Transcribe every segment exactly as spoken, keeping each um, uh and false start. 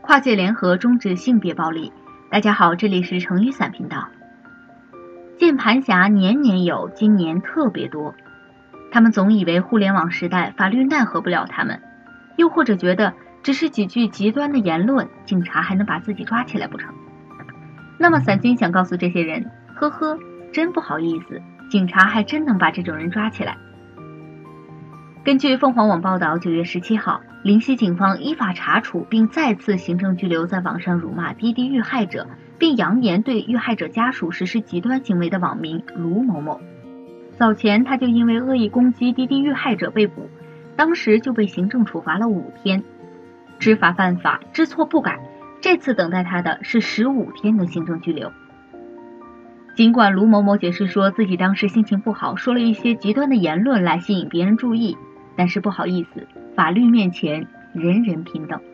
跨界联合终止性别暴力。大家好，这里是成雨伞频道。键盘侠年年有，今年特别多。他们总以为互联网时代法律奈何不了他们，又或者觉得只是几句极端的言论，警察还能把自己抓起来不成？那么伞君想告诉这些人，呵呵，真不好意思，警察还真能把这种人抓起来。根据凤凰网报道，九月十七号，临溪警方依法查处并再次行政拘留在网上辱骂滴滴遇害者，并扬言对遇害者家属实施极端行为的网民卢某某。早前他就因为恶意攻击滴滴遇害者被捕，当时就被行政处罚了五天。知法犯法，知错不改，这次等待他的是十五天的行政拘留。尽管卢某某解释说自己当时心情不好，说了一些极端的言论来吸引别人注意，但是不好意思，法律面前人人平等。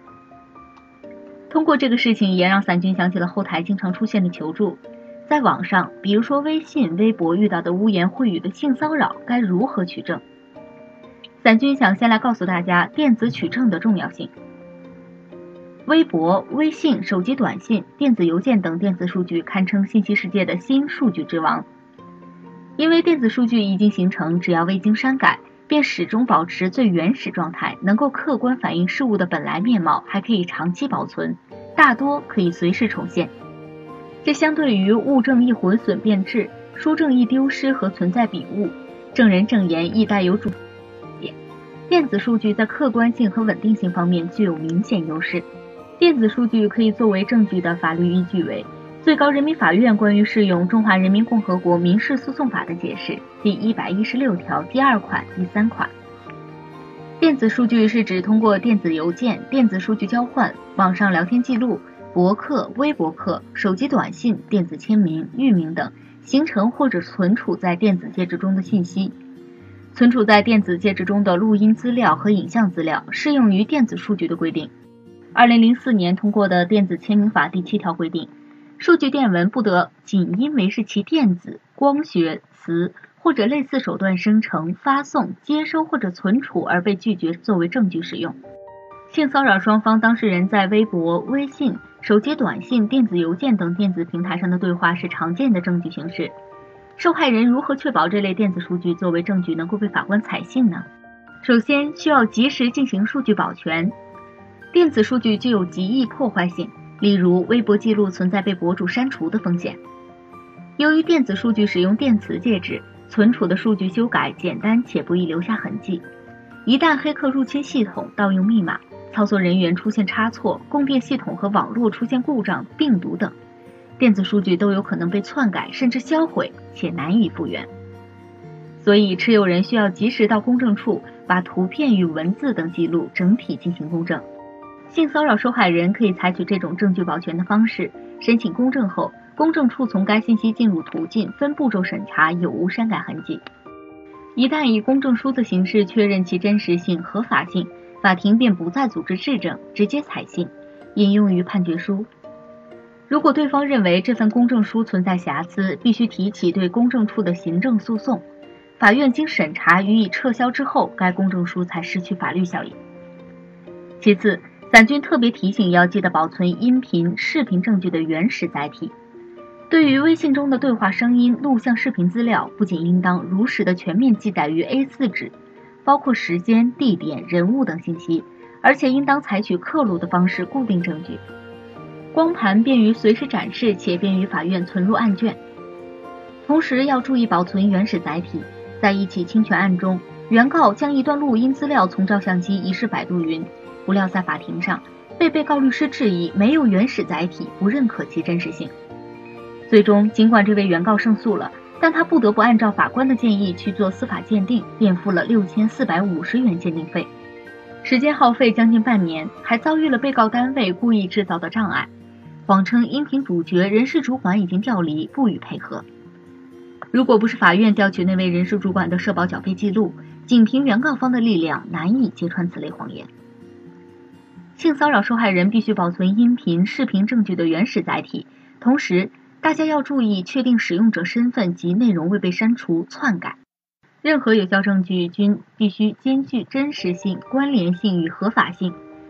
通过这个事情，也让伞君想起了后台经常出现的求助。在网上，比如说微信、微博遇到的污言秽语的性骚扰，该如何取证？伞君想先来告诉大家电子取证的重要性。微博、微信、手机短信、电子邮件等电子数据堪称信息世界的新数据之王。因为电子数据一经形成，只要未经删改，便始终保持最原始状态，能够客观反映事物的本来面貌，还可以长期保存，大多可以随时重现。这相对于物证易毁损变质、书证易丢失和存在笔误，证人证言易带有主点，电子数据在客观性和稳定性方面具有明显优势。电子数据可以作为证据的法律依据为最高人民法院关于适用《中华人民共和国民事诉讼法》的解释第一百一十六条第二款第三款。电子数据是指通过电子邮件、电子数据交换、网上聊天记录、博客、微博客、手机短信、电子签名、域名等形成或者存储在电子介质中的信息。存储在电子介质中的录音资料和影像资料适用于电子数据的规定。二零零四年通过的电子签名法第七条规定，数据电文不得仅因为是其电子、光学、磁或者类似手段生成、发送、接收或者存储而被拒绝作为证据使用。性骚扰双方当事人在微博、微信、手机短信、电子邮件等电子平台上的对话是常见的证据形式。受害人如何确保这类电子数据作为证据能够被法官采信呢？首先需要及时进行数据保全。电子数据具有极易破坏性，例如微博记录存在被博主删除的风险。由于电子数据使用电磁介质，存储的数据修改简单且不易留下痕迹。一旦黑客入侵系统，盗用密码，操作人员出现差错，供电系统和网络出现故障、病毒等，电子数据都有可能被篡改甚至销毁，且难以复原。所以持有人需要及时到公证处把图片与文字等记录整体进行公证。性骚扰受害人可以采取这种证据保全的方式，申请公证后，公证处从该信息进入途径分步骤审查有无删改痕迹。一旦以公证书的形式确认其真实性、合法性，法庭便不再组织质证，直接采信，引用于判决书。如果对方认为这份公证书存在瑕疵，必须提起对公证处的行政诉讼，法院经审查予以撤销之后，该公证书才失去法律效力。其次，伞君特别提醒要记得保存音频、视频证据的原始载体。对于微信中的对话声音、录像、视频资料，不仅应当如实的全面记载于 A 四 纸，包括时间、地点、人物等信息，而且应当采取刻录的方式固定证据。光盘便于随时展示，且便于法院存入案卷。同时要注意保存原始载体。在一起侵权案中，原告将一段录音资料从照相机移至百度云，不料在法庭上被被告律师质疑没有原始载体，不认可其真实性。最终尽管这位原告胜诉了，但他不得不按照法官的建议去做司法鉴定，便付了六千四百五十元鉴定费，时间耗费将近半年，还遭遇了被告单位故意制造的障碍，谎称音频主角人事主管已经调离，不予配合。如果不是法院调取那位人事主管的社保缴费记录，仅凭原告方的力量难以揭穿此类谎言。性骚扰受害人必须保存音频、视频证据的原始载体，同时大家要注意确定使用者身份及内容未被删除、篡改。任何有效证据均必须兼具真实性、关联性与合法性。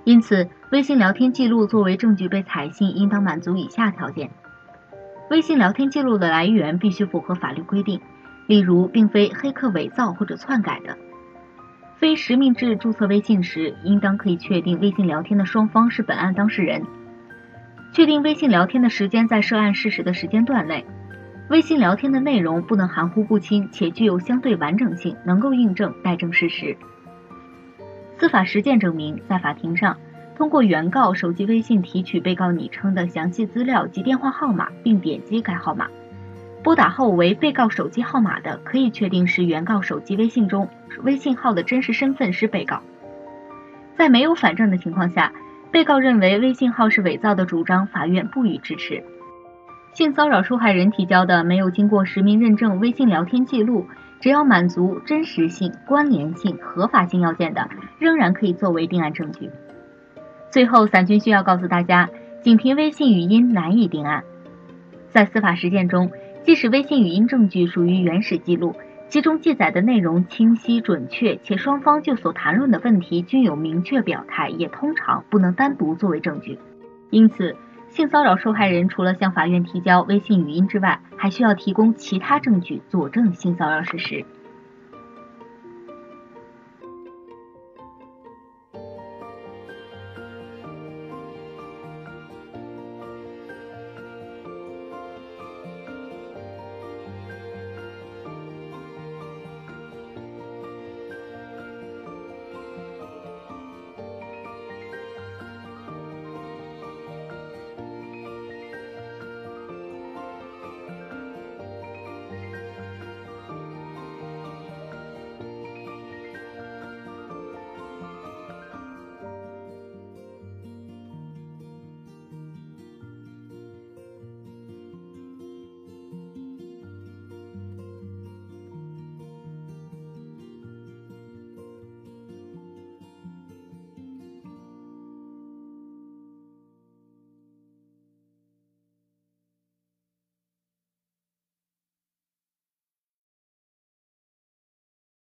因此，微信聊天记录作为证据被采信，应当满足以下条件：微信聊天记录的来源必须符合法律规定，例如并非黑客伪造或者篡改的；非实名制注册微信时，应当可以确定微信聊天的双方是本案当事人；确定微信聊天的时间在涉案事实的时间段内；微信聊天的内容不能含糊不清，且具有相对完整性，能够印证待证事实。司法实践证明，在法庭上，通过原告手机微信提取被告拟称的详细资料及电话号码，并点击该号码，拨打后为被告手机号码的，可以确定是原告手机微信中微信号的真实身份是被告。在没有反证的情况下，被告认为微信号是伪造的主张，法院不予支持。性骚扰受害人提交的没有经过实名认证微信聊天记录，只要满足真实性、关联性、合法性要件的，仍然可以作为定案证据。最后，散军需要告诉大家，仅凭微信语音难以定案。在司法实践中，即使微信语音证据属于原始记录，其中记载的内容清晰准确，且双方就所谈论的问题均有明确表态，也通常不能单独作为证据。因此，性骚扰受害人除了向法院提交微信语音之外，还需要提供其他证据佐证性骚扰事实。